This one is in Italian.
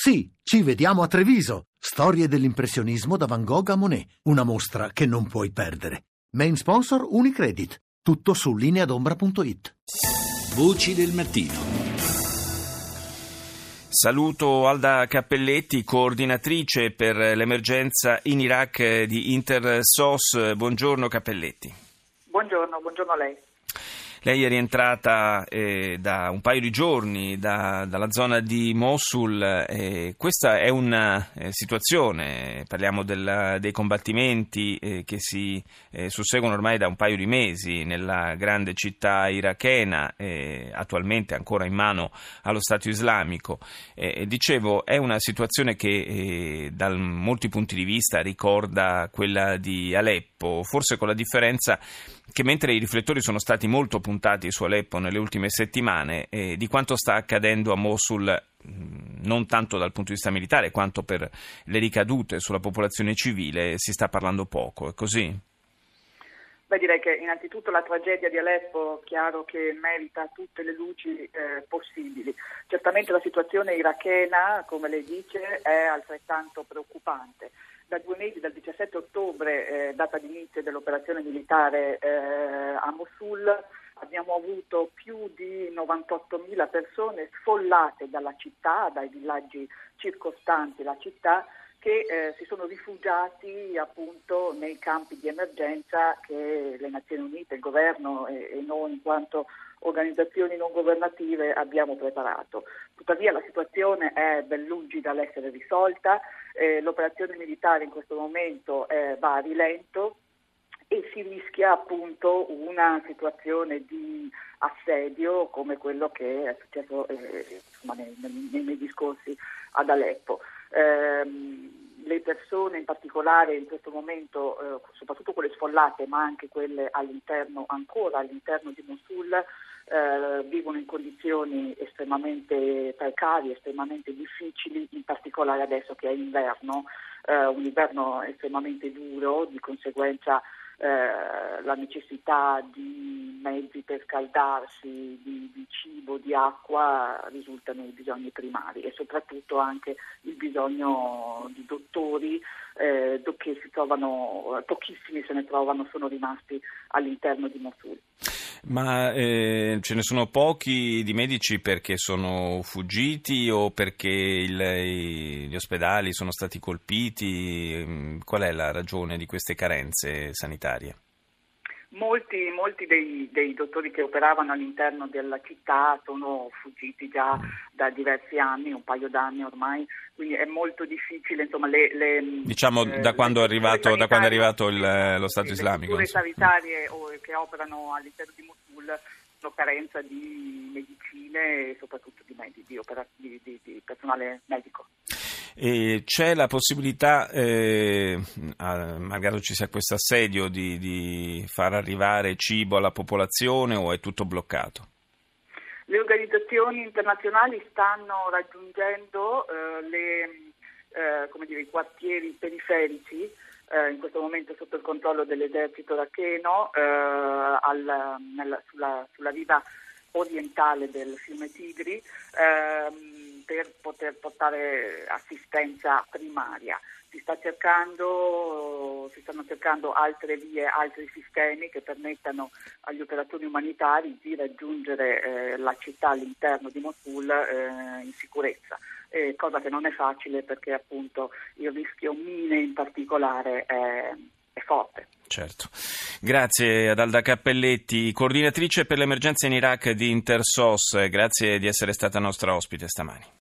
Sì, ci vediamo a Treviso. Storie dell'impressionismo da Van Gogh a Monet. Una mostra che non puoi perdere. Main sponsor Unicredit. Tutto su lineadombra.it. Voci del mattino. Saluto Alda Cappelletti, coordinatrice per l'emergenza in Iraq di Intersos. Buongiorno Cappelletti. Buongiorno a lei. Lei è rientrata da un paio di giorni dalla zona di Mosul. Questa è una situazione, parliamo dei combattimenti che si susseguono ormai da un paio di mesi nella grande città irachena, attualmente ancora in mano allo Stato islamico. Dicevo, è una situazione che da molti punti di vista ricorda quella di Aleppo, forse con la differenza che mentre i riflettori sono stati molto puntati su Aleppo nelle ultime settimane, di quanto sta accadendo a Mosul, non tanto dal punto di vista militare quanto per le ricadute sulla popolazione civile, si sta parlando poco, è così? Beh, direi che innanzitutto la tragedia di Aleppo, chiaro che merita tutte le luci possibili. Certamente la situazione irachena, come lei dice, è altrettanto preoccupante. Da 2 mesi, dal 17 ottobre, data d'inizio dell'operazione militare a Mosul, abbiamo avuto più di 98.000 persone sfollate dalla città, dai villaggi circostanti la città, che si sono rifugiati appunto nei campi di emergenza che le Nazioni Unite, il governo e noi in quanto organizzazioni non governative abbiamo preparato. Tuttavia la situazione è ben lungi dall'essere risolta, l'operazione militare in questo momento va a rilento e si rischia appunto una situazione di assedio come quello che è successo nei mesi scorsi ad Aleppo. Le persone in particolare in questo momento, soprattutto quelle sfollate ma anche quelle ancora all'interno di Mosul, vivono in condizioni estremamente precarie, estremamente difficili, in particolare adesso che è inverno, un inverno estremamente duro, di conseguenza la necessità di mezzi per scaldarsi, di cibo, di acqua risultano i bisogni primari e soprattutto anche il bisogno di dottori che si trovano, pochissimi se ne trovano, sono rimasti all'interno di Mosul. Ma ce ne sono pochi di medici perché sono fuggiti o perché gli ospedali sono stati colpiti? Qual è la ragione di queste carenze sanitarie? Molti dei dottori che operavano all'interno della città sono fuggiti già da diversi anni, un paio d'anni ormai, quindi è molto difficile, insomma, da quando è arrivato lo Stato islamico. Le strutture sanitarie che operano all'interno di Mosul hanno carenza di medicine e soprattutto di personale medico. E c'è la possibilità, magari ci sia questo assedio, di far arrivare cibo alla popolazione o è tutto bloccato? Le organizzazioni internazionali stanno raggiungendo i quartieri periferici, in questo momento sotto il controllo dell'esercito iracheno, sulla riva orientale del fiume Tigri, per poter portare assistenza primaria. Si stanno cercando altre vie, altri sistemi che permettano agli operatori umanitari di raggiungere la città all'interno di Mosul in sicurezza, cosa che non è facile perché appunto il rischio mine in particolare è forte. Certo. Grazie ad Alda Cappelletti, coordinatrice per l'emergenza in Iraq di Intersos, grazie di essere stata nostra ospite stamani.